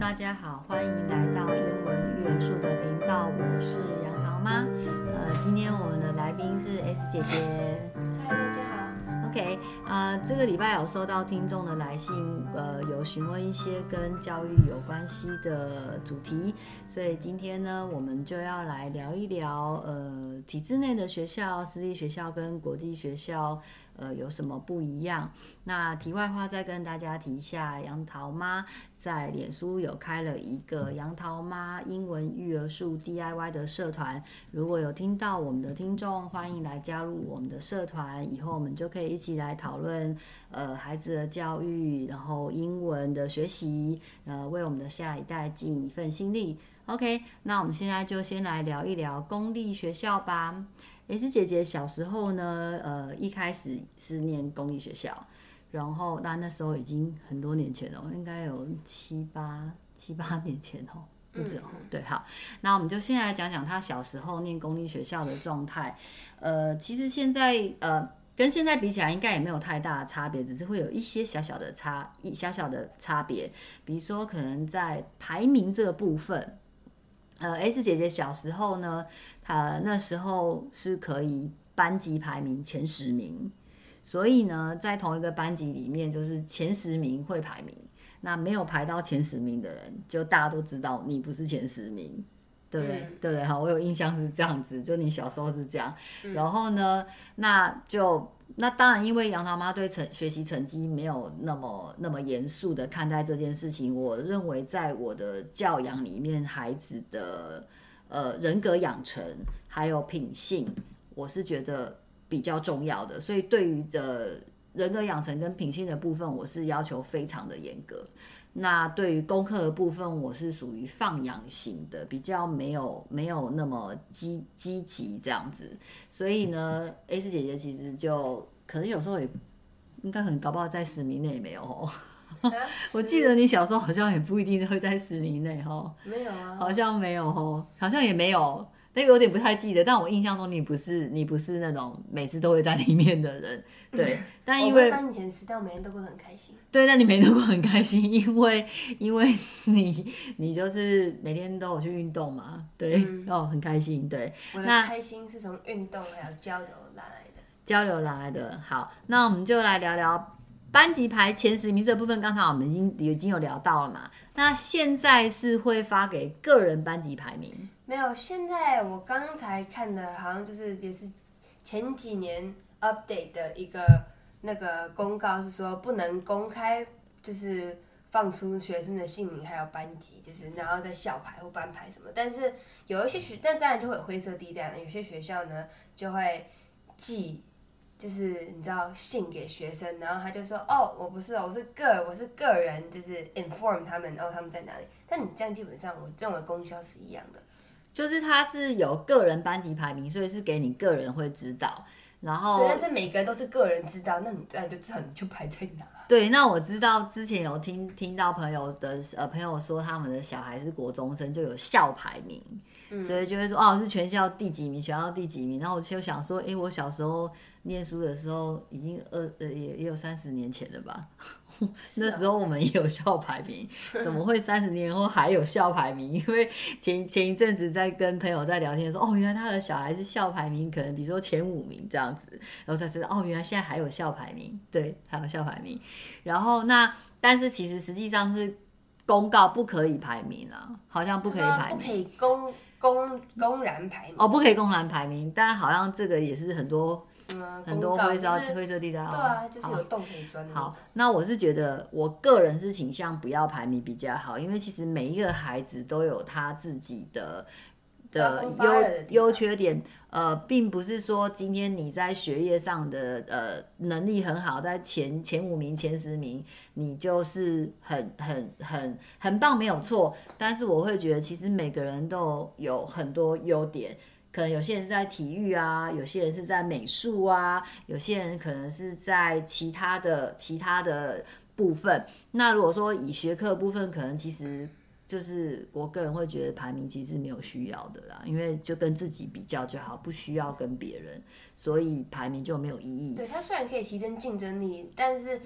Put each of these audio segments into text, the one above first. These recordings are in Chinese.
大家好，欢迎来到英文育儿树的频道，我是杨桃妈。今天我们的来宾是 S 姐姐。 嗨，大家好。 OK，这个礼拜有收到听众的来信，有询问一些跟教育有关系的主题，所以今天呢，我们就要来聊一聊，体制内的学校、私立学校跟国际学校，有什么不一样？那题外话再跟大家提一下，杨桃妈在脸书有开了一个杨桃妈英文育儿树 DIY 的社团，如果有听到我们的听众，欢迎来加入我们的社团，以后我们就可以一起来讨论孩子的教育，然后英文的学习，为我们的下一代尽一份心力。OK， 那我们现在就先来聊一聊公立学校吧。S 姐姐小时候呢，一开始是念公立学校，然后那时候已经很多年前了，应该有七八年前哦，不止哦。对，好，那我们就先来讲讲她小时候念公立学校的状态。其实现在跟现在比起来，应该也没有太大的差别，只是会有一些小小的差别，比如说可能在排名这个部分。S 姐姐小时候呢，她那时候是可以班级排名前10名，所以呢，在同一个班级里面，就是前10名会排名，那没有排到前10名的人，就大家都知道你不是前10名，对不对？对不对？好，我有印象是这样子，就你小时候是这样，然后呢，那当然，因为杨桃妈对学习成绩没有那么严肃的看待这件事情，我认为在我的教养里面，孩子的人格养成还有品性，我是觉得比较重要的，所以对于的人格养成跟品性的部分，我是要求非常的严格。那对于功课的部分，我是属于放养型的，比较没有那么积极这样子。所以呢 ，S 姐姐其实就可能有时候也应该搞不好在10名内也没有哦。我记得你小时候好像也不一定会在10名内哦。 没有啊， 好像没有哦，好像也没有。那个有点不太记得，但我印象中你不是那种每次都会在里面的人，对。但因为我班前10，但我每天都过得很开心。 对，那你每天都过很开心，因为你就是每天都有去运动嘛，对，很开心，对。 我的开心是从运动还有交流来的。 好，那我们就来聊聊班级排前10名这部分，刚才我们已经有聊到了嘛。那现在是会发给个人班级排名。 没有，现在我刚才看的，好像也是前几年 update 的一个那个公告，是说不能公开，就是放出学生的姓名还有班级，就是然后再校排或班排什么。但是有一些但当然就会有灰色地带，有些学校呢就会寄。就是你知道信给学生，然后他就说哦，我不是哦，我是个人，就是 inform 他们他们在哪里。但你这样基本上，我认为公校是一样的。 就是他是有个人班级排名，所以是给你个人会知道，然后对，但是每个人都是个人知道，那你这样就知道你就排在哪。 对，那我知道之前有听到朋友说他们的小孩是国中生，就有校排名，所以就会说是全校第几名，全校第几名。然后我就想说，我小时候念书的时候已经也有30年前了吧？那时候我们也有校排名，怎么会30年后还有校排名？因为前一阵子在跟朋友在聊天说，原来他的小孩是校排名，可能比如说前5名这样子，然后才知道原来现在还有校排名，对，还有校排名。然后但是其实实际上是公告不可以排名啊，好像不可以排名， 不可以公然排名不可以公然排名，但好像这个也是很多灰色地带。 对啊，就是有洞可以钻的。 好，那我是觉得我个人是倾向不要排名比较好，因为其实每一个孩子都有他自己的优缺点，并不是说今天你在学业上的能力很好，在前5名、前10名，你就是很棒，没有错。但是我会觉得，其实每个人都有很多优点，可能有些人是在体育啊，有些人是在美术啊，有些人可能是在其他的部分。那如果说以学科部分，可能其实。就是我个人会觉得排名其实没有需要的啦，因为就跟自己比较就好，不需要跟别人，所以排名就没有意义。 对，它虽然可以提升竞争力，但是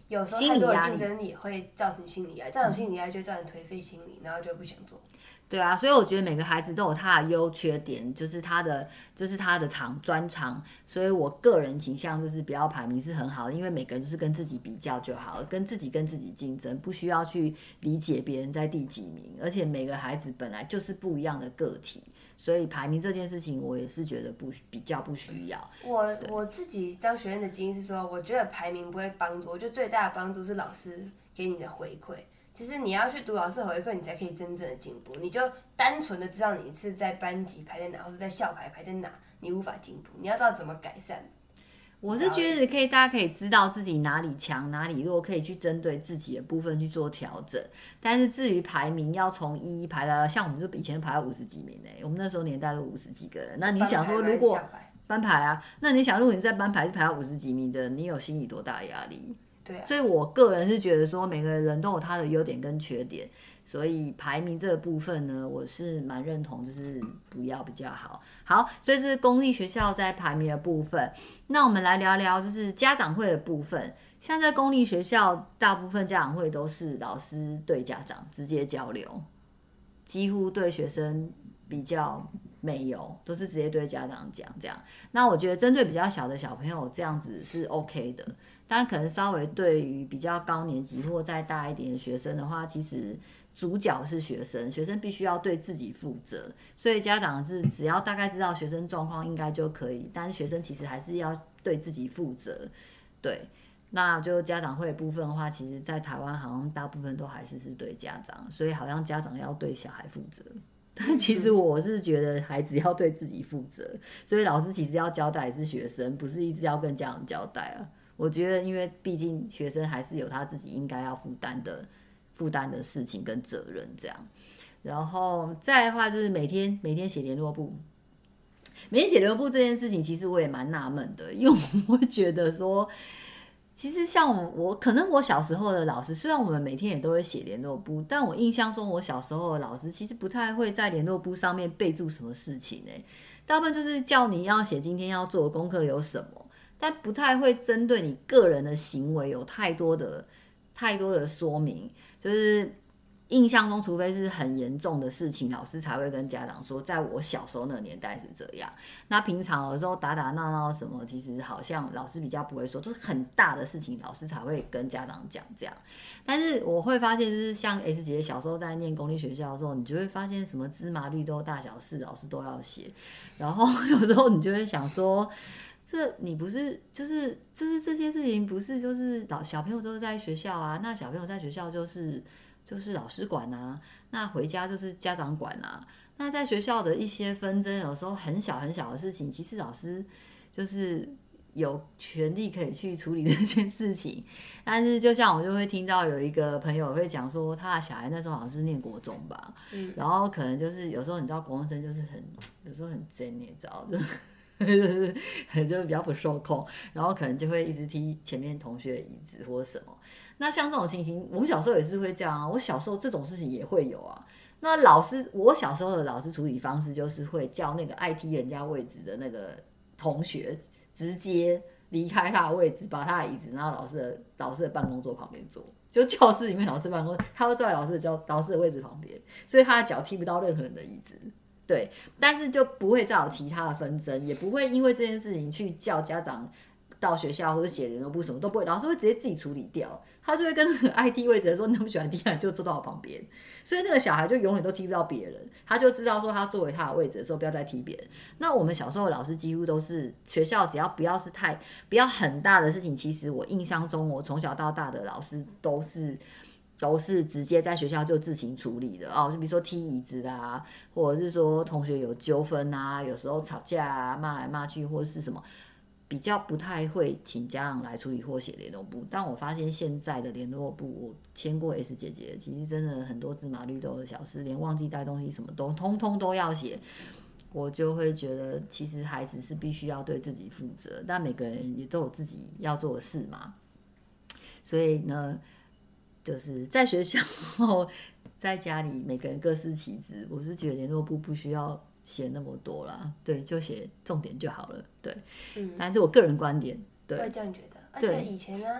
有时候太多的竞争力也会造成心理压力，这种心理压力就会造成颓废心理，然后就不想做。 对啊，所以我觉得每个孩子都有他的优缺点，就是他的专长，所以我个人倾向就是不要排名是很好的，因为每个人就是跟自己比较就好了，跟自己竞争，不需要去理解别人在第几名，而且每个孩子本来就是不一样的个体，所以排名这件事情我也是觉得比较不需要。 我自己当学生的经验是说，我觉得排名不会帮助，我觉得最大的帮助是老师给你的回馈。其实你要去读老师的回馈，你才可以真正的进步。你就单纯的知道你是在班级排在哪，或者在校排在哪，你无法进步。你要知道怎么改善。 我是觉得大家可以知道自己哪里强哪里弱，可以去针对自己的部分去做调整。但是至于排名要从1排到，像我们就以前排到50几名我们那时候年代都50几个人。那你想说，如果班排啊，那你想如果你在班排是排到50几名的，你有心理多大的压力？ 对啊， 所以我个人是觉得说，每个人都有他的优点跟缺点，所以排名这个部分呢，我是蛮认同，就是不要比较好。好，所以这是公立学校在排名的部分。那我们来聊聊就是家长会的部分。像在公立学校，大部分家长会都是老师对家长直接交流，几乎对学生比较没有，都是直接对家长讲这样。那我觉得针对比较小的小朋友这样子是 OK 的，但可能稍微对于比较高年级或再大一点的学生的话，其实主角是学生，学生必须要对自己负责，所以家长是只要大概知道学生状况应该就可以，但是学生其实还是要对自己负责。对，那就家长会的部分的话，其实在台湾好像大部分都还是对家长，所以好像家长要对小孩负责。但其实我是觉得孩子要对自己负责，所以老师其实要交代的是学生，不是一直要跟家长交代啊。我觉得因为毕竟学生还是有他自己应该要负担的事情跟责任这样。然后再来的话就是每天写联络簿。每天写联络簿这件事情其实我也蛮纳闷的，因为我会觉得说其实像可能我小时候的老师，虽然我们每天也都会写联络簿，但我印象中我小时候的老师其实不太会在联络簿上面备注什么事情大部分就是叫你要写今天要做的功课有什么，但不太会针对你个人的行为有太多的说明。就是印象中，除非是很严重的事情，老师才会跟家长说。在我小时候那个年代是这样。那平常有时候打打闹闹什么，其实好像老师比较不会说，就是很大的事情，老师才会跟家长讲这样。但是我会发现，就是像 S 姐小时候在念公立学校的时候，你就会发现什么芝麻绿豆大小事，老师都要写。然后有时候你就会想说，这你不是就是这些事情不是就是小朋友都是在学校啊，那小朋友在学校就是老师管啊，那回家就是家长管啊。那在学校的一些纷争，有时候很小很小的事情，其实老师就是有权利可以去处理这件事情。但是就像我就会听到有一个朋友会讲说，他的小孩那时候好像是念国中吧，然后可能就是有时候你知道国中生就是有时候很真，你知道就比较不受控，然后可能就会一直踢前面同学的椅子或者什么。那像这种情形，我们小时候也是会这样啊。我小时候这种事情也会有啊。那我小时候的老师处理方式就是会叫那个爱踢人家位置的那个同学直接离开他的位置，把他的椅子拿到老师的办公桌旁边坐。就教室里面老师办公，他会坐在老师的位置旁边，所以他的脚踢不到任何人的椅子。对，但是就不会再有其他的纷争，也不会因为这件事情去叫家长到学校或者写联络簿，什么都不会，老师会直接自己处理掉。他就会跟那个爱踢位置的说，你那么喜欢踢，你就坐到我旁边。所以那个小孩就永远都踢不到别人，他就知道说他作为他的位置的时候不要再踢别人。那我们小时候的老师几乎都是学校只要不要很大的事情，其实我印象中我从小到大的老师都是直接在学校就自行处理的就比如说踢椅子啊，或者是说同学有纠纷啊，有时候吵架啊，骂来骂去或是什么，比较不太会请家长来处理或写联络簿。但我发现现在的联络簿，我签过 S 姐姐，其实真的很多芝麻绿豆的小事，连忘记带东西什么都通通都要写。我就会觉得其实孩子是必须要对自己负责，但每个人也都有自己要做的事嘛。所以呢，就是在学校在家里每个人各司其职，我是觉得联络簿不需要写那么多啦，对，就写重点就好了，对。但是我个人观点，对， 我也这样觉得。而且以前呢，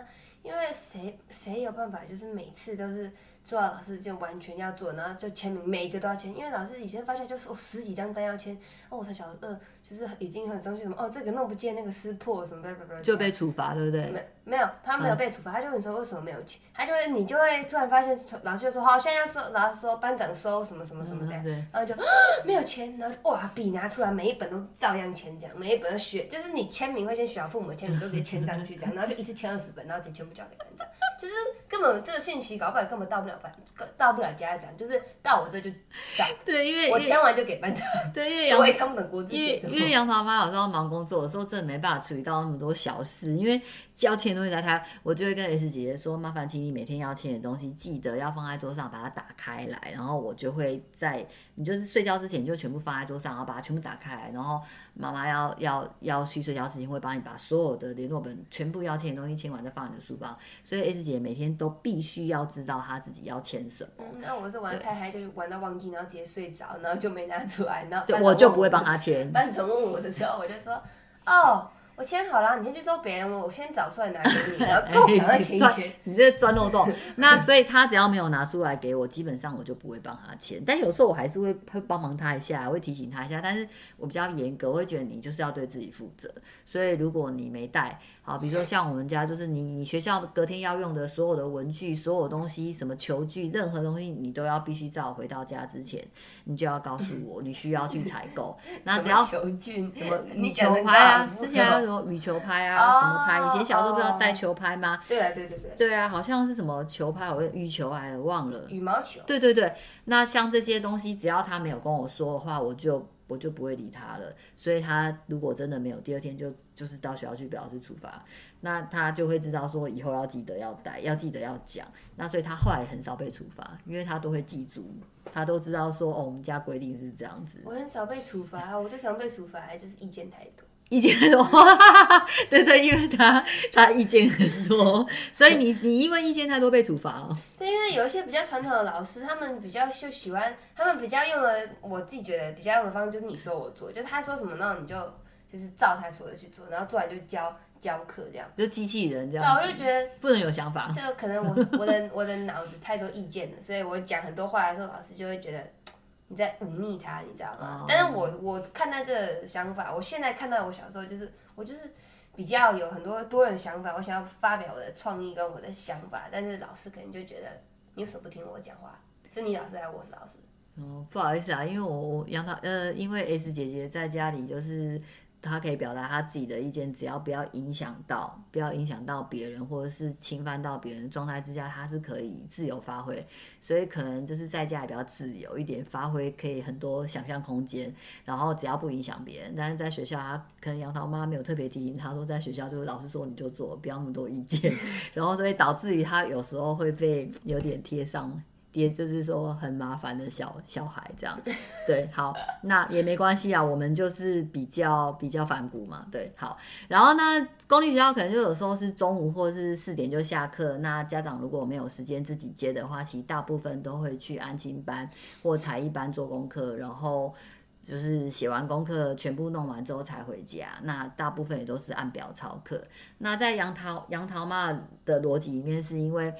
因为谁有办法就是每次都是做到老师就完全要做，然后就签名每一个都要签，因为老师以前发下就是10几张单要签，我才小2就是已经很生气什么这个弄不见，那个撕破什么就被处罚，对不对？ 没有，他没有被处罚，他就问你说为什么没有签，你就会突然发现老师就说好，现在要收，老师说班长收什么什么什么这样，然后就没有签，然后就哇笔拿出来，每一本都照样签这样，每一本都就是你签名会先选父母的签名都直接签上去这样，然后就一次签20本，然后直接全部交给班长。就是根本这个信息搞不好根本到不了家长，就是到我这就 stop。 对，因为我签完就给班长。 对，因为我也看不懂国字写什么。 因为杨桃妈有时候忙工作的时候，真的没办法处理到那么多小事。因为要签东西在他，我就会跟 S 姐姐说，麻烦请你每天要签的东西记得要放在桌上，把它打开来，然后我就会你就是睡觉之前就全部放在桌上，然后把它全部打开来，然后妈妈要去睡觉之前会帮你把所有的联络本全部要签的东西签完，再放你的书包。所以 S 姐每天都必须要知道她自己要签什么。 那我是玩得太嗨，就是玩到忘记，然后直接睡着，然后就没拿出来，然后对我就不会帮她签。 班长问我的时候，我就说我签好了，你先去收别人，我先找出来拿给你，然后赶快签一签。 你这钻漏洞。那所以他只要没有拿出来给我，基本上我就不会帮他签。但有时候我还是会帮忙他一下，会提醒他一下。但是我比较严格，我会觉得你就是要对自己负责。所以如果你没带好，比如说像我们家，就是你学校隔天要用的所有的文具、所有东西，什么球具，任何东西你都要必须在我回到家之前，你就要告诉我你需要去采购。那只要球具， 什么羽球拍啊，之前还有什么羽球拍啊，什么拍？以前小时候不是要带球拍吗？ 对啊，对。 对啊，好像是什么球拍，我羽球还忘了。 羽毛球。 对。那像这些东西，只要他没有跟我说的话，我就不会理他了。所以他如果真的没有，第二天就是到学校去表示处罚，那他就会知道说以后要记得要带，要记得要讲。那所以他后来很少被处罚，因为他都会记住，他都知道说我们家规定是这样子。 我很少被处罚，我最常被处罚就是意见太多。 意见很多，对，因为他意见很多，所以你因为意见太多被处罚哦。 对，因为有一些比较传统的老师，他们比较就喜欢，他们比较用的，我自己觉得比较用的方式就是你说我做，就是他说什么，然后你就是照他说的去做，然后做完就教课这样， 就机器人这样子。 对，我就觉得不能有想法。 这个可能我的脑子太多意见了，所以我讲很多话的时候，老师就会觉得你在忤逆他，你知道吗？但是我看待这个想法，我现在看到我小时候我就是比较有很多人的想法，我想要发表我的创意跟我的想法，但是老师可能就觉得你为什么不听我讲话？是你老师还是我是老师？ 不好意思啊，因为我因为 S 姐姐在家里就是她可以表达她自己的意见，只要不要影响到别人或者是侵犯到别人的状态之下，她是可以自由发挥，所以可能就是在家里比较自由一点，发挥可以很多想象空间，然后只要不影响别人。但是在学校，她可能杨桃妈没有特别提醒她说，在学校就是老师说你就做，不要那么多意见，然后所以导致于她有时候会被有点贴上。也就是说很麻烦的小孩这样，对，好，那也没关系啊，我们就是比较反骨嘛，对，好，然后呢，公立学校可能就有时候是中午或是4点就下课，那家长如果没有时间自己接的话，其实大部分都会去安亲班或才艺班做功课，然后就是写完功课全部弄完之后才回家，那大部分也都是按表操课。那在杨桃妈的逻辑里面，是因为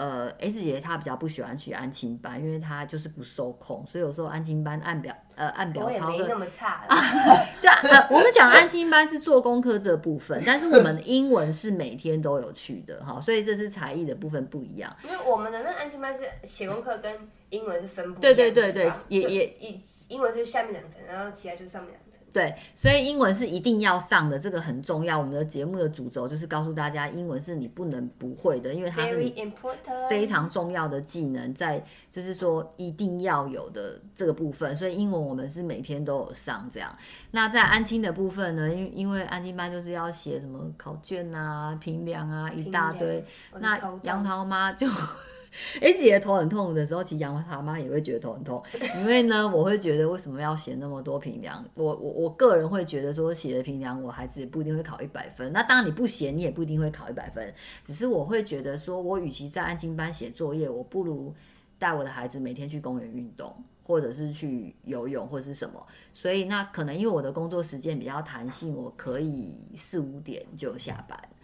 S 姐她比较不喜欢去安亲班，因为她就是不受控，所以有时候安亲班按表操课， 我也没那么差我们讲安亲班是做功课这部分，但是我们的英文是每天都有去的，哈，所以这是才艺的部分不一样。 因为我们的那安亲班是写功课跟英文是分不一样的，对， 英文是下面2层，然后其他就是上面2层。 对，所以英文是一定要上的，这个很重要。我们的节目的主轴就是告诉大家，英文是你不能不会的，因为它是你非常重要的技能，在就是说一定要有的这个部分。所以英文我们是每天都有上这样。那在安亲的部分呢，因为安亲班就是要写什么考卷啊、评量啊一大堆，那杨桃妈就。S 姐头很痛的时候，其实杨桃妈也会觉得头很痛，因为呢，我会觉得为什么要写那么多评量？我个人会觉得说，写的评量我孩子也不一定会考100分。那当然你不写，你也不一定会考100分。只是我会觉得说，我与其在安亲班写作业，我不如带我的孩子每天去公园运动，或者是去游泳或是什么。所以那可能因为我的工作时间比较弹性，我可以4、5点就下班。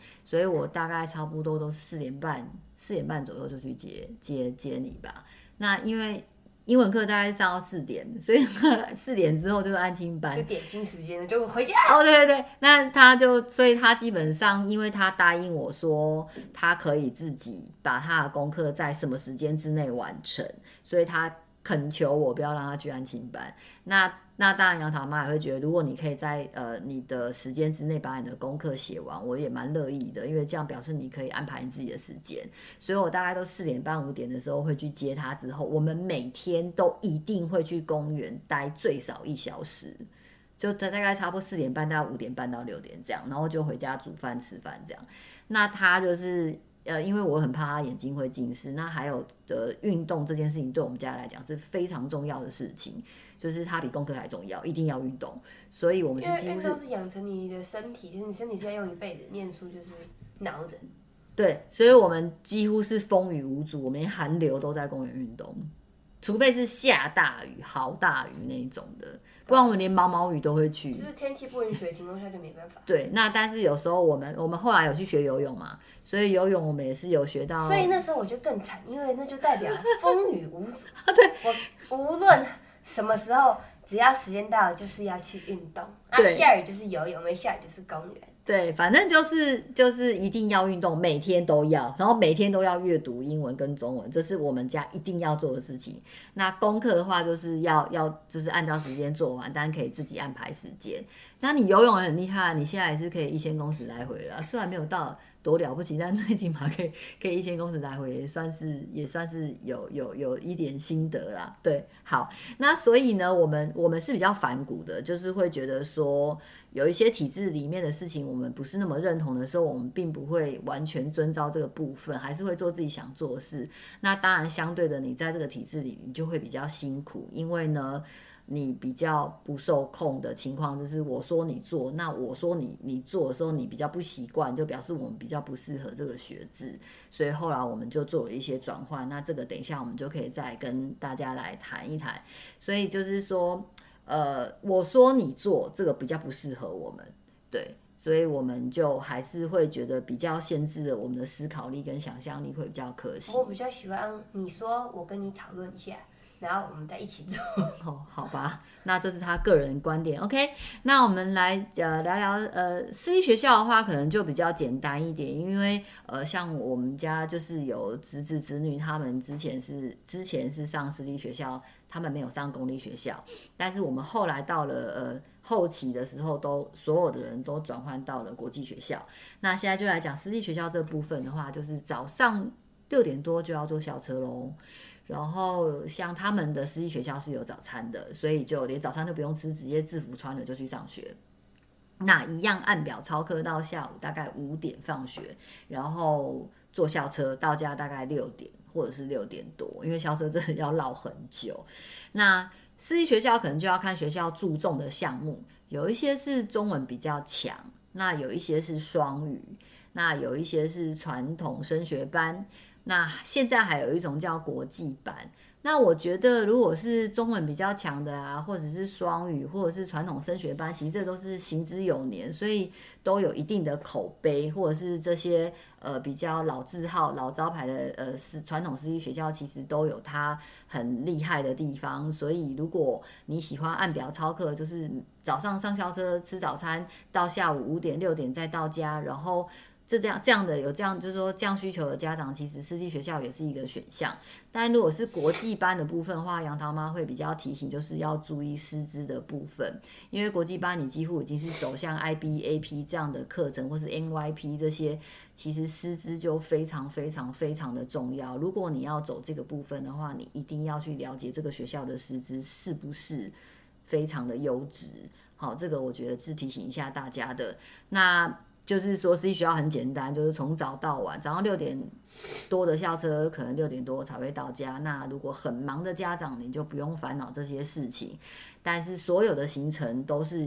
所以我大概差不多都4点半左右就去接你吧。那因为英文课大概上到4点，所以4点之后就是安亲班， 就点心时间了，就回家。 哦，对，那所以他基本上，因为他答应我说他可以自己把他的功课在什么时间之内完成，所以他恳求我不要让他去安亲班。那当然，杨桃妈也会觉得，如果你可以在你的时间之内把你的功课写完，我也蛮乐意的，因为这样表示你可以安排你自己的时间。所以我大概都4点半5点的时候会去接他，之后我们每天都一定会去公园待最少1小时，就大概差不多4点半到5点半到6点这样，然后就回家煮饭吃饭这样。那他就是因为我很怕他眼睛会近视，那还有运动这件事情对我们家来讲是非常重要的事情，就是它比功课还重要，一定要运动。所以我们是几乎运动是养成你的身体，就是你身体是要用一辈子，念书就是脑子。 对，所以我们几乎是风雨无阻，我们连寒流都在公园运动，除非是下大雨、好大雨那一种的，不然我们连毛毛雨都会去。 就是天气不允许的情况下就没办法。 对，那但是有时候我们后来有去学游泳嘛，所以游泳我们也是有学到。 所以那时候我就更惨，因为那就代表风雨无阻。 对， 我无论什么时候，只要时间到了，就是要去运动。下雨就是游泳，没下雨就是公园。 对，反正就是一定要运动，每天都要，然后每天都要阅读英文跟中文，这是我们家一定要做的事情。那功课的话，就是要就是按照时间做完，但可以自己安排时间。那你游泳很厉害，你现在也是可以1000公尺来回了，虽然没有到多了不起，但最起码可以1000公尺来回，也算是有一点心得啦。对，好，那所以呢，我们是比较反骨的，就是会觉得说有一些体制里面的事情我们不是那么认同的时候，我们并不会完全遵照这个部分，还是会做自己想做的事。那当然相对的，你在这个体制里你就会比较辛苦，因为呢你比较不受控的情况，就是我说你做，那我说你做的时候你比较不习惯，就表示我们比较不适合这个学制，所以后来我们就做了一些转换。那这个等一下我们就可以再跟大家来谈一谈。所以就是说我说你做这个比较不适合我们，对，所以我们就还是会觉得比较限制了我们的思考力跟想象力，会比较可惜。 我比较喜欢你说，我跟你讨论一下，然后我们再一起做。 好吧，那这是他个人观点。OK， 那我们来聊聊私立学校的话，可能就比较简单一点，因为像我们家就是有侄子侄女，他们之前是上私立学校，他们没有上公立学校，但是我们后来到了后期的时候，所有的人都转换到了国际学校。那现在就来讲私立学校这部分的话，就是早上6点多就要坐校车咯。然后像他们的私立学校是有早餐的，所以就连早餐都不用吃，直接制服穿了就去上学。那一样按表操课到下午大概5点放学，然后坐校车到家大概6点或者是6点多，因为校车真的要绕很久。那私立学校可能就要看学校注重的项目，有一些是中文比较强，那有一些是双语，那有一些是传统升学班。那现在还有一种叫国际班，那我觉得如果是中文比较强的啊，或者是双语，或者是传统升学班，其实这都是行之有年，所以都有一定的口碑，或者是这些比较老字号、老招牌的传统私立学校，其实都有它很厉害的地方。所以如果你喜欢按表操课，就是早上上校车吃早餐，到下午5点6点再到家，然后这样的有这样就是说这样需求的家长，其实私立学校也是一个选项。但如果是国际班的部分的话，杨桃妈会比较提醒，就是要注意师资的部分，因为国际班你几乎已经是走向 IB、AP 这样的课程，或是 NYP 这些，其实师资就非常非常非常的重要。如果你要走这个部分的话，你一定要去了解这个学校的师资是不是非常的优质。好，这个我觉得是提醒一下大家的。那就是说私立学校很简单，就是从早到晚，早上6点多的校车，可能6点多才会到家。那如果很忙的家长，你就不用烦恼这些事情。但是所有的行程都是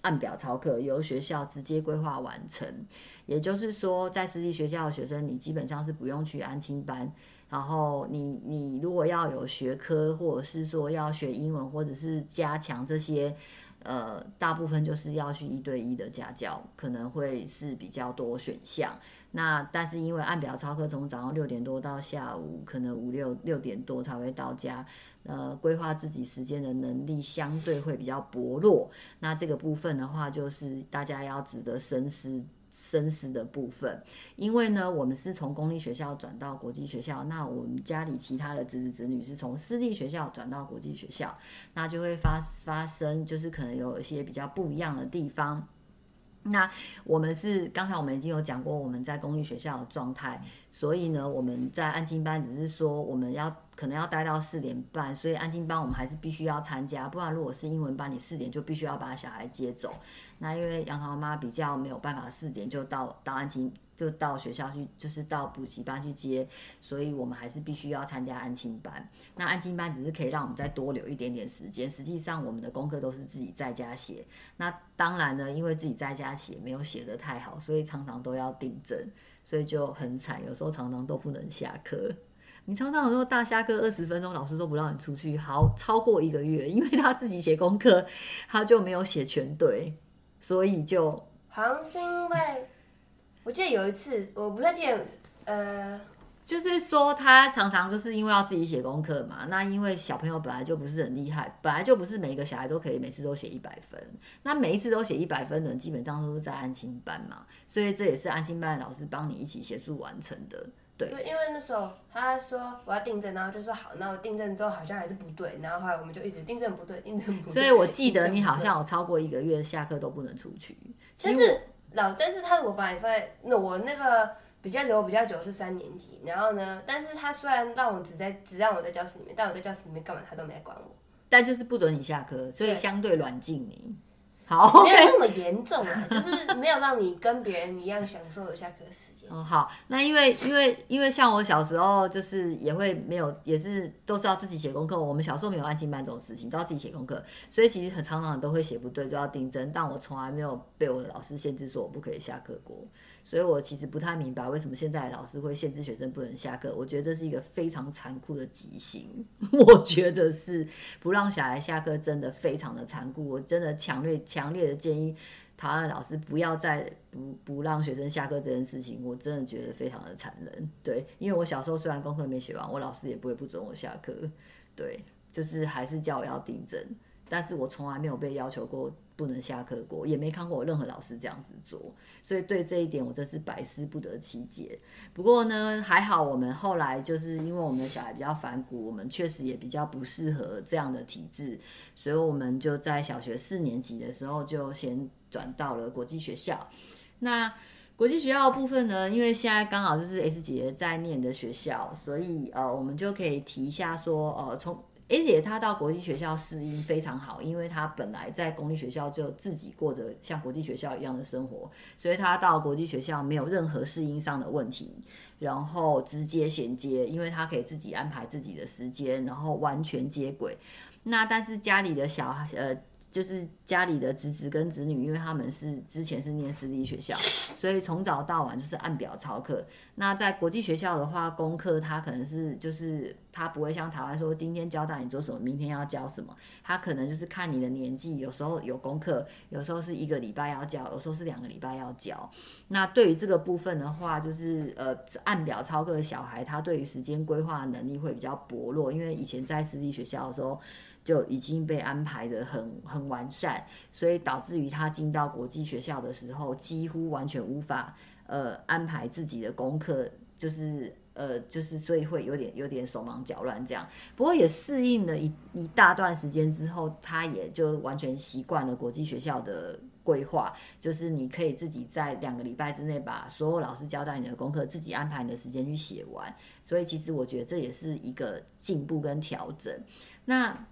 按表操课，由学校直接规划完成。也就是说，在私立学校的学生，你基本上是不用去安亲班。然后你如果要有学科，或者是说要学英文，或者是加强这些，大部分就是要去1对1的家教，可能会是比较多选项。那但是因为按表操课从早上6点多到下午可能5、6点多才会到家，规划自己时间的能力相对会比较薄弱。那这个部分的话，就是大家要值得深思的部分。因为呢，我们是从公立学校转到国际学校，那我们家里其他的侄子侄女是从私立学校转到国际学校，那就会发生就是可能有一些比较不一样的地方。那我们是刚才我们已经有讲过我们在公立学校的状态，所以呢我们在安亲班只是说我们可能要待到4点半，所以安亲班我们还是必须要参加，不然如果是英文班你4点就必须要把小孩接走。那因为杨桃妈比较没有办法4点就到学校去，就是到补习班去接，所以我们还是必须要参加安亲班。那安亲班只是可以让我们再多留一点点时间，实际上我们的功课都是自己在家写。那当然呢，因为自己在家写没有写得太好，所以常常都要订正，所以就很惨，有时候常常都不能下课。你常常有时候大下课20分钟，老师都不让你出去，超过1个月，因为他自己写功课，他就没有写全对，所以就好像是因为我记得有一次，我不太记得， 就是说他常常就是因为要自己写功课嘛，那因为小朋友本来就不是很厉害，本来就不是每一个小孩都可以每次都写100分，那每一次都写100分的人基本上都是在安亲班嘛，所以这也是安亲班的老师帮你一起协助完成的。对， 因为那时候他说我要订正，然后就说好，那我订正之后好像还是不对，然后后来我们就一直订正不对，订正不对。 所以我记得你好像有超过1个月下课都不能出去。 但是他我把你放在我那个留比较久是3年级，然后呢，但是他虽然让我只让我在教室里面，但我在教室里面干嘛他都没管我， 但就是不准你下课，所以相对软禁你。好， 没有那么严重啊，就是没有让你跟别人一样享受有下课的时间。 好，那因为像我小时候就是也会没有，也是都是要自己写功课。我们小时候没有安亲班这种事情，都要自己写功课，所以其实很常常都会写不对，就要订正。但我从来没有被我的老师限制说我不可以下课过，所以我其实不太明白为什么现在的老师会限制学生不能下课。我觉得这是一个非常残酷的极刑，我觉得是不让小孩下课真的非常的残酷。我真的强烈的建议台湾的老师不要再不让学生下课这件事情，我真的觉得非常的残忍。对，因为我小时候虽然功课没写完，我老师也不会不准我下课，对，就是还是叫我要订正，但是我从来没有被要求过不能下课过，也没看过我任何老师这样子做，所以对这一点我真是百思不得其解。不过呢，还好我们后来就是因为我们的小孩比较反骨，我们确实也比较不适合这样的体制，所以我们就在小学4年级的时候就先转到了国际学校。那国际学校的部分呢，因为现在刚好就是 S 姐在念的学校，所以我们就可以提一下说，从S 姐她到国际学校适应非常好，因为她本来在公立学校就自己过着像国际学校一样的生活，所以她到国际学校没有任何适应上的问题，然后直接衔接，因为她可以自己安排自己的时间，然后完全接轨。那但是家里的小孩就是家里的侄子跟侄女，因为他们之前是念私立学校，所以从早到晚就是按表操课。那在国际学校的话，功课他可能是就是他不会像台湾说今天交代你做什么，明天要交什么，他可能就是看你的年纪，有时候有功课，有时候是1个礼拜要交，有时候是2个礼拜要交。那对于这个部分的话，就是按表操课的小孩，他对于时间规划能力会比较薄弱，因为以前在私立学校的时候就已经被安排的很完善，所以导致于他进到国际学校的时候，几乎完全无法安排自己的功课，就是所以会有点手忙脚乱这样。不过也适应了一大段时间之后，他也就完全习惯了国际学校的规划，就是你可以自己在2个礼拜之内把所有老师交代你的功课自己安排你的时间去写完，所以其实我觉得这也是一个进步跟调整。那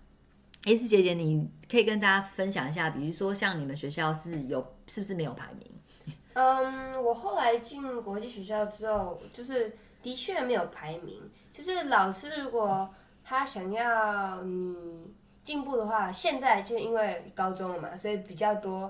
S 姐姐，你可以跟大家分享一下，比如说像你们学校是不是没有排名？ 我后来进国际学校之后，就是的确没有排名，就是老师如果他想要你进步的话，现在就因为高中了嘛，所以比较多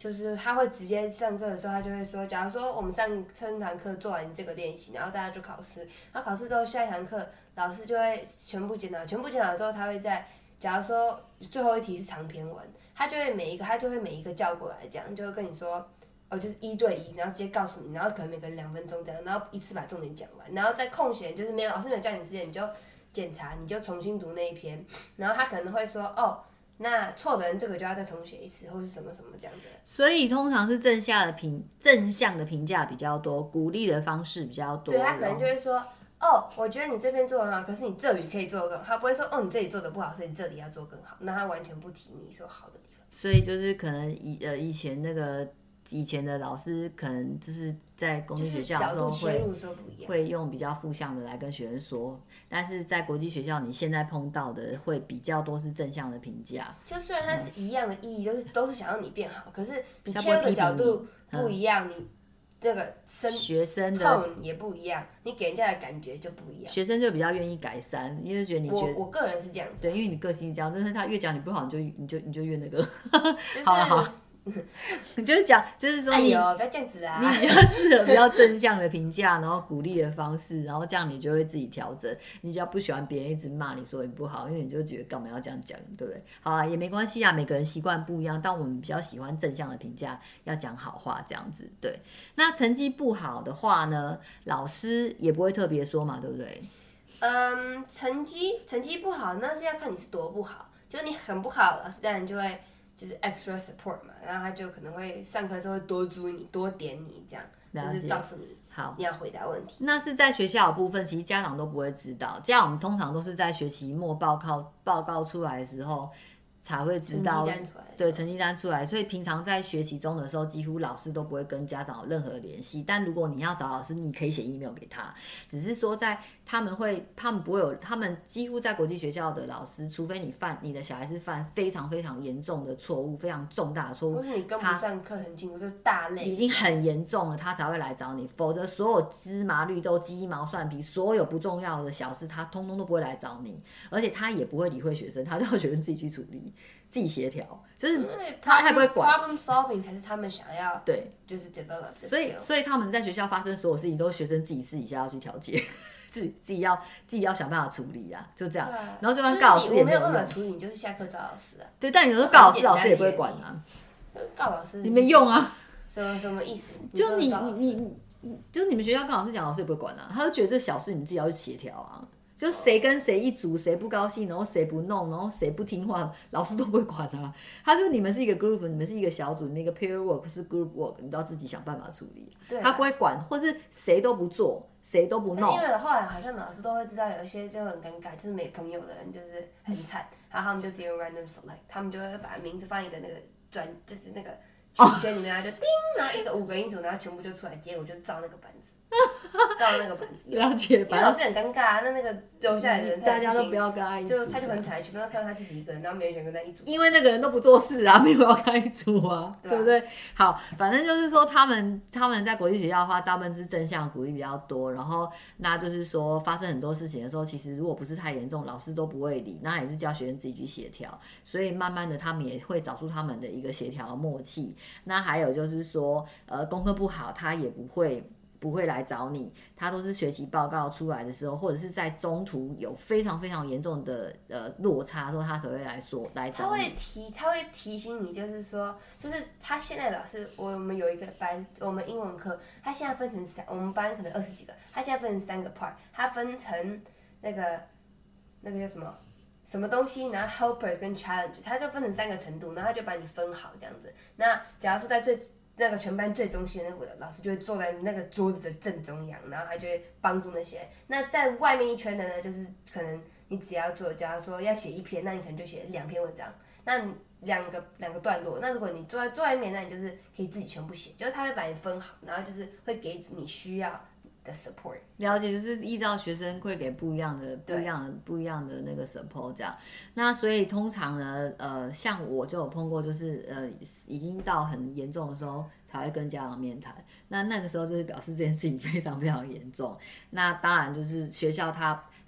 就是他会直接上课的时候，他就会说，假如说我们上堂课做完这个练习，然后大家就考试，然后考试之后下一堂课老师就会全部检讨，全部检讨之后，他会在假如说最后一题是长篇文，他就会每一个叫过来讲，就会跟你说。就是1对1，然后直接告诉你，然后可能每个人2分钟这样，然后一次把重点讲完，然后在空闲就是老师没有叫你之前，你就检查，你就重新读那一篇，然后他可能会说那错的人这个就要再重写一次，或是什么什么这样子。 所以通常是正向的评价比较多，鼓励的方式比较多。 对，他可能就会说，我觉得你这边做得很好，可是你这里可以做得更好。他不会说，你这里做得不好，所以你这里要做更好。那他完全不提你说好的地方。 所以就是可能以前的老师可能就是在公立学校的时候会用比较负向的来跟学生说，但是在国际学校你现在碰到的会比较多是正向的评价。 就虽然它是一样的意义，都是想要你变好，可是你切入的角度不一样，你这个学生的 tone 也不一样，你给人家的感觉就不一样。 学生就比较愿意改善，因为觉得我个人是这样子。 对，因为你个性这样，但是他越讲你不好，你就越那个。 就是、 好。你就是讲，就是说你， 不要这样子啊！ 你比较适合比较正向的评价，然后鼓励的方式，然后这样你就会自己调整。你只要不喜欢别人一直骂你说你不好，因为你就觉得干嘛要这样讲，对不对？好啊，也没关系啊，每个人习惯不一样，但我们比较喜欢正向的评价，要讲好话这样子。对，那成绩不好的话呢，老师也不会特别说嘛，对不对？ 成绩不好，那是要看你是多不好。就是你很不好，老师当然就会。就是 extra support 嘛，然后他就可能会上课的时候会多注意你，多点你这样，就是告诉你好你要回答问题。 那是在学校的部分，其实家长都不会知道，这样我们通常都是在学期末报告出来的时候才会知道，对，成绩单出来，所以平常在学期中的时候，几乎老师都不会跟家长有任何联系。但如果你要找老师，你可以写 email 给他，只是说他们不会有，他们几乎在国际学校的老师，除非你的小孩是犯非常非常严重的错误，非常重大的错误， 或是你跟不上课程进度，就是大类已经很严重了，他才会来找你。否则所有芝麻绿豆、鸡毛蒜皮，所有不重要的小事，他通通都不会来找你，而且他也不会理会学生，他就要学生自己去处理。自己协调，就是他还不会管。 Problem solving 才是他们想要对， 就是 develop 的 skill。 所以他们在学校发生所有事情，都是学生自己私底下要去调解，自己要想办法处理啊，就这样。然后就算告老师也没有办法处理，你就是下课找老师啊。 对，但你有时候告老师，老师也不会管啊。 告老师你没用啊。 什么意思？ 就你就是你们学校跟老师讲，老师也不会管啊，他就觉得这小事你自己要去协调啊。就谁跟谁一组，谁不高兴，然后谁不弄，然后谁不听话，老师都不会管啊。他说你们是一个 group， 你们是一个小组，你们一个 peer work 是 group work， 你都要自己想办法处理。他不会管，或是谁都不做，谁都不弄。 因为后来好像老师都会知道，有一些就很尴尬，就是没朋友的人就是很惨，然后他们就直接用 random select， 他们就会把名字放一个那个就是那个圈里面，然后就叮，然后一个5个音组，然后全部就出来，结果就照那个板子。照那个板子， 了解， 反正老师很尴尬啊。那个留下来的人， 大家都不要跟他一组， 他就很惨，全部都看到他自己一个人，然后没有人跟他一组。 因为那个人都不做事啊，没有要跟他一组啊，对不对？好，反正就是说他们在国际学校的话，大部分是正向鼓励比较多，然后那就是说发生很多事情的时候，其实如果不是太严重，老师都不会理，那也是叫学生自己去协调。所以慢慢的，他们也会找出他们的一个协调的默契。那还有就是说，功课不好，他也不会来找你，他都是学习报告出来的时候，或者是在中途有非常非常严重的落差，说他才会来找你。 他会提醒你，就是说，就是他现在老师，我们有一个班，我们英文课，他现在分成我们班可能20几个，他现在分成3个 part， 他分成那个叫什么东西，然后 helpers 跟 challenges， 他就分成3个程度，然后他就把你分好这样子。那假如说在那个全班最中心的那个老师就会坐在那个桌子的正中央，然后他就会帮助那些。那在外面一圈的呢，就是可能你只要做，假如说要写1篇，那你可能就写2篇文章，那你两个段落。那如果你坐在面，那你就是可以自己全部写，就是他会把你分好，然后就是会给你需要的 support。 了解，就是依照学生会给不一样的那个 support 这样。那所以通常呢，像我就有碰过，就是已经到很严重的时候才会跟家长面谈。那个时候就是表示这件事情非常非常严重。那当然就是学校他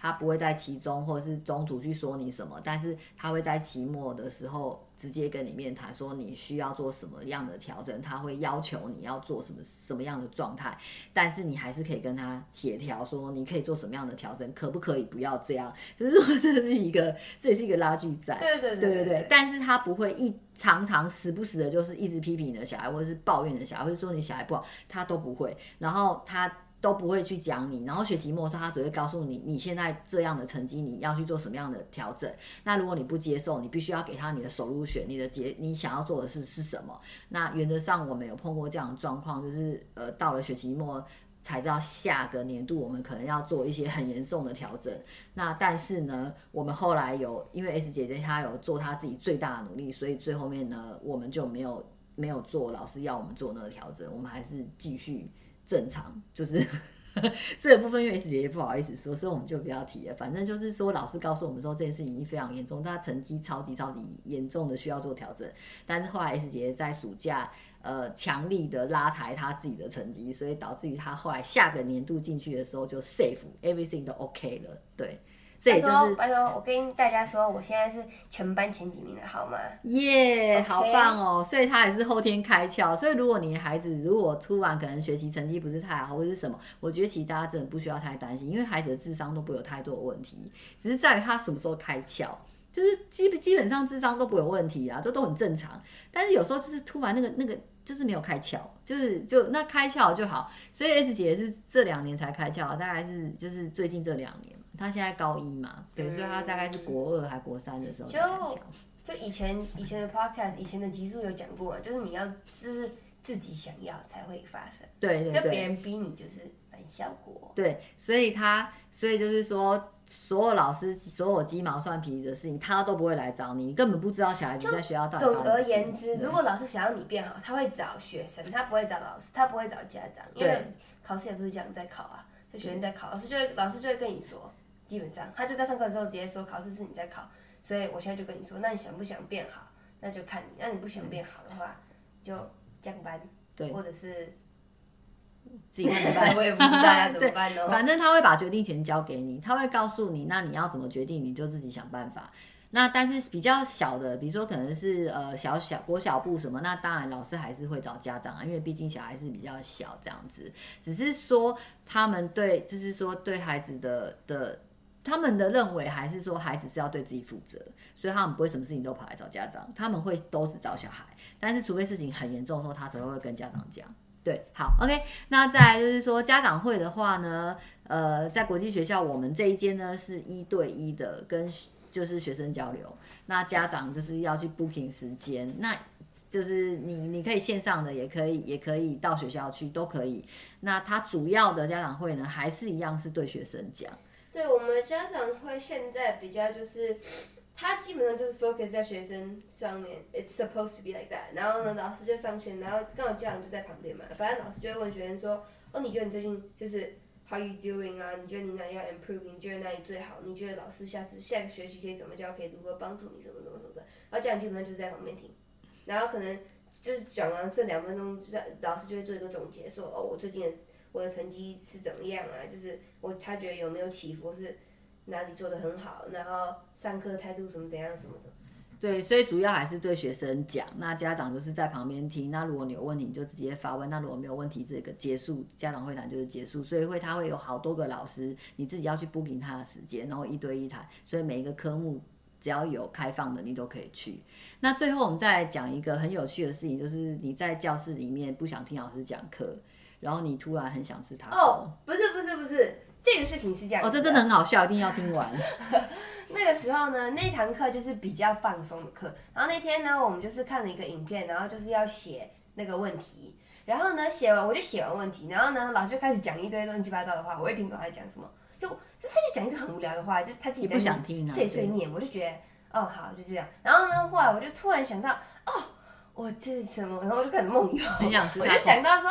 他不会在期中或者是中途去说你什么，但是他会在期末的时候直接跟你面谈，说你需要做什么样的调整，他会要求你要做什么样的状态，但是你还是可以跟他协调，说你可以做什么样的调整，可不可以不要这样，就是说这也是一个拉锯战，对，但是他不会常常时不时的就是一直批评你的小孩，或者是抱怨你的小孩，或者说你小孩不好，他都不会，然后他都不会去讲你，然后学期末的时候他只会告诉你你现在这样的成绩你要去做什么样的调整，那如果你不接受，你必须要给他你的solution，你想要做的是什么。那原则上我们有碰过这样的状况，就是到了学期末才知道下个年度我们可能要做一些很严重的调整，那但是呢我们后来因为 S 姐姐她有做她自己最大的努力，所以最后面呢我们就没有做老师要我们做那个调整，我们还是继续正常，就是这个部分因为 S 姐姐不好意思说，所以我们就不要提了。反正就是说老师告诉我们说这件事情已经非常严重，他成绩超级严重的需要做调整，但是后来 S 姐姐在暑假强力的拉抬他自己的成绩，所以导致于他后来下个年度进去的时候就 safe everything 都 OK 了，对。这也就是拜托，我跟大家说，我现在是全班前几名的，好吗？ 耶、好棒哦！所以他也是后天开窍。所以如果你的孩子如果突然可能学习成绩不是太好，或者是什么，我觉得其实大家真的不需要太担心，因为孩子的智商都不会有太多的问题，只是在于他什么时候开窍。就是基本上智商都不会有问题啊，都很正常。但是有时候就是突然那个就是没有开窍，就那开窍就好。所以 S 姐是这2年才开窍，大概是就是最近这2年。他现在高1嘛，对，所以他大概是国2还国3的时候才开窍。 就以前的 podcast 以前的集数有讲过嘛，就是你要就是自己想要才会发生， 对， 就别人逼你就是反效果。 对，所以就是说，所有老师所有鸡毛蒜皮的事情，他都不会来找你，你根本不知道小孩子在学校到底发生什么。 总而言之，如果老师想要你变好，他会找学生，他不会找老师，他不会找家长，因为考试也不是这样在考啊，就学生在考，老师就会跟你说。基本上，他就在上课的时候直接说考试是你在考，所以我现在就跟你说，那你想不想变好，那就看你，那你不想变好的话，就降班，对，或者是自己看着办， 我也不知道要怎么办哦。 反正他会把决定权交给你，他会告诉你，那你要怎么决定，你就自己想办法。那但是比较小的，比如说可能是国小部什么，那当然老师还是会找家长啊，因为毕竟小孩是比较小这样子。只是说他们就是说对孩子的他们的认为还是说孩子是要对自己负责，所以他们不会什么事情都跑来找家长，他们会都是找小孩，但是除非事情很严重的时候，他才会跟家长讲。对，好 ，OK。那再来就是说家长会的话呢，在国际学校我们这一间呢是1对1的，跟就是学生交流，那家长就是要去 booking 时间，那就是你可以线上的，也可以到学校去，都可以。那他主要的家长会呢，还是一样是对学生讲。 对，我们家长会现在比较就是，他基本上就是 focus 在学生上面 ，it's supposed to be like that。然后呢，老师就上前，然后刚好家长就在旁边嘛，反正老师就会问学生说，哦，你觉得你最近就是 how you doing 啊？你觉得你哪里要 improve？ 你觉得哪里最好？你觉得老师下个学期可以怎么教？可以如何帮助你什么的？然后家长基本上就是在旁边听，然后可能就是讲完剩2分钟，老师就会做一个总结，说，哦，我的成绩是怎么样啊？就是他觉得有没有起伏，是哪里做得很好，然后上课态度怎么样什么的。 对，所以主要还是对学生讲，那家长就是在旁边听。那如果你有问题，你就直接发问；那如果没有问题，这个结束家长会谈就是结束。所以他会有好多个老师，你自己要去 booking 他的时间，然后1对1谈。所以每一个科目只要有开放的，你都可以去。那最后我们再来讲一个很有趣的事情，就是你在教室里面不想听老师讲课，然后你突然很想吃塔可。 哦，不是，这个事情是这样子的。 哦，这真的很好笑，一定要听完。 那个时候呢，那堂课就是比较放松的课。然后那天呢，我们就是看了一个影片，然后就是要写那个问题。然后呢，我就写完问题，然后呢，老师就开始讲一堆乱七八糟的话，我也听不懂他在讲什么。他就讲一堆很无聊的话，就他自己在碎碎念，我就觉得哦好就这样。然后呢，后来我就突然想到，哦，我这是什么？然后我就开始梦游，我就想到说，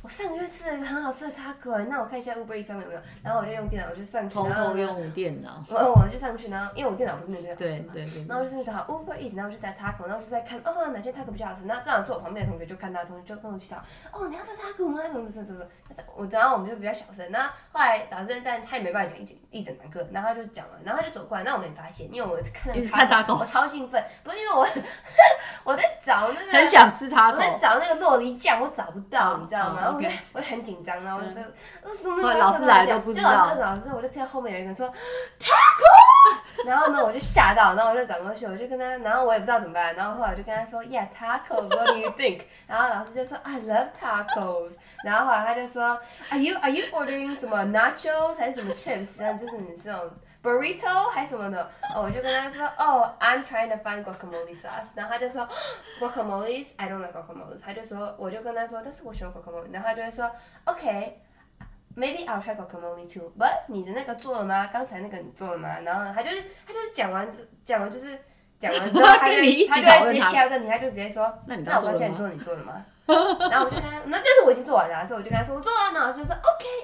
我上个月吃了一个很好吃的 taco， 那我看一下 Uber Eats 上面有没有，然后我就用电脑，我就上去， 偷偷用电脑， 我就上去，然后因为我电脑不是没有电脑吃嘛， 对， 然后就是打 Uber Eats，然后我就在 taco， 然后我就在看哦哪些 taco 比较好吃，然后正好坐我旁边的同学就看到，同学就跟我一起聊，哦你要吃 taco 吗？怎么，然后我们就比较小声，然后后来导师但他也没办法讲一整堂课，然后他就讲完，然后他就走过来，那我没发现，因为我看那个 taco， 我超兴奋，不是因为我在找那个很想吃 taco， 我在找那个洛梨酱，我找不到，你知道吗？然后我很紧张，然后我就说什么老师来都不知道， 老师我就听到后面有一个人说 taco， 然后呢我就吓到，然后我就转过去，我就跟他，然后我也不知道怎么办，然后后来我就跟他说 Yeah tacos，what do you think？ 然后老师就说 I love tacos， 然后后来他就说 Are you ordering 什么 nachos 还是什么 chips？ 然后就是你这种。burrito 还是什么的，我就跟他说I'm trying to find guacamole sauce， 然后他就说 guacamoles I don't like guacamoles， 他就说我就跟他说，但是我喜欢 guacamole， 然后他就会说 OK。Maybe I'll try guacamole too. But 你的那个做了吗？刚才那个你做了吗？然后他就是讲完之后，他就会直接切到这里，他就直接说，那我刚叫你做，你做了吗？然后我就跟他，但是我已经做完了，所以我就跟他说我做了，然后老师就说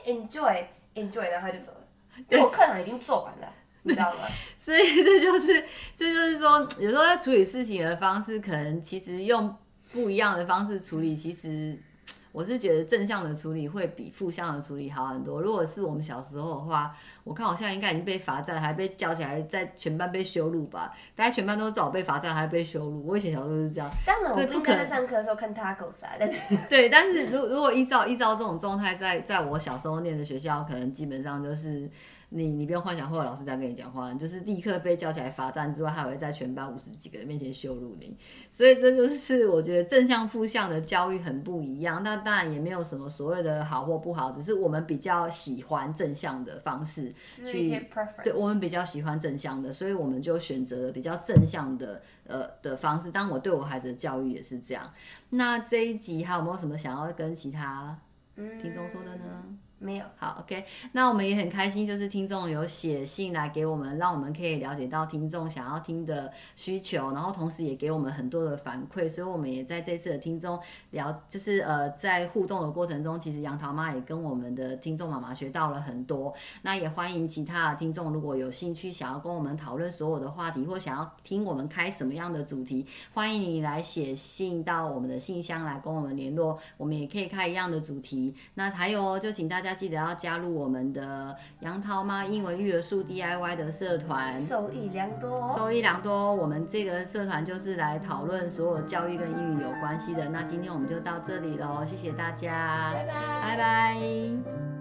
OK enjoy， 然后他就走了。就我课堂已经做完了，你知道吗？ 所以这就是说，有时候在处理事情的方式，可能其实用不一样的方式处理，其实我是觉得正向的处理会比负向的处理好很多。如果是我们小时候的话，我看我现在应该已经被罚站，还被叫起来，在全班被羞辱吧。大家全班都知道我被罚站，还被羞辱。我以前小时候是这样。 当然，我不应该在上课的时候看 tacos 啊，但是对，但是如果依照这种状态，在我小时候念的学校，可能基本上就是你不用幻想会有老师这样跟你讲话，就是立刻被叫起来罚站之外，还会在全班50几个人面前羞辱你。所以这就是我觉得正向负向的教育很不一样。那当然也没有什么所谓的好或不好，只是我们比较喜欢正向的方式。 就是一些 preference， 对，我们比较喜欢正向的，所以我们就选择了比较正向的方式。当我对我孩子的教育也是这样。那这一集还有没有什么想要跟其他听众说的呢？ 没有。 好 ，OK， 那我们也很开心，就是听众有写信来给我们，让我们可以了解到听众想要听的需求，然后同时也给我们很多的反馈，所以我们也在这次的听众就是在互动的过程中，其实杨桃妈也跟我们的听众妈妈学到了很多。那也欢迎其他的听众，如果有兴趣想要跟我们讨论所有的话题，或想要听我们开什么样的主题，欢迎你来写信到我们的信箱来跟我们联络，我们也可以开一样的主题。那还有就请大家记得要加入我们的杨桃妈英文育儿树 DIY 的社团， 受益良多。我们这个社团就是来讨论所有教育跟英语有关系的。那今天我们就到这里咯，谢谢大家， 拜拜。 拜拜。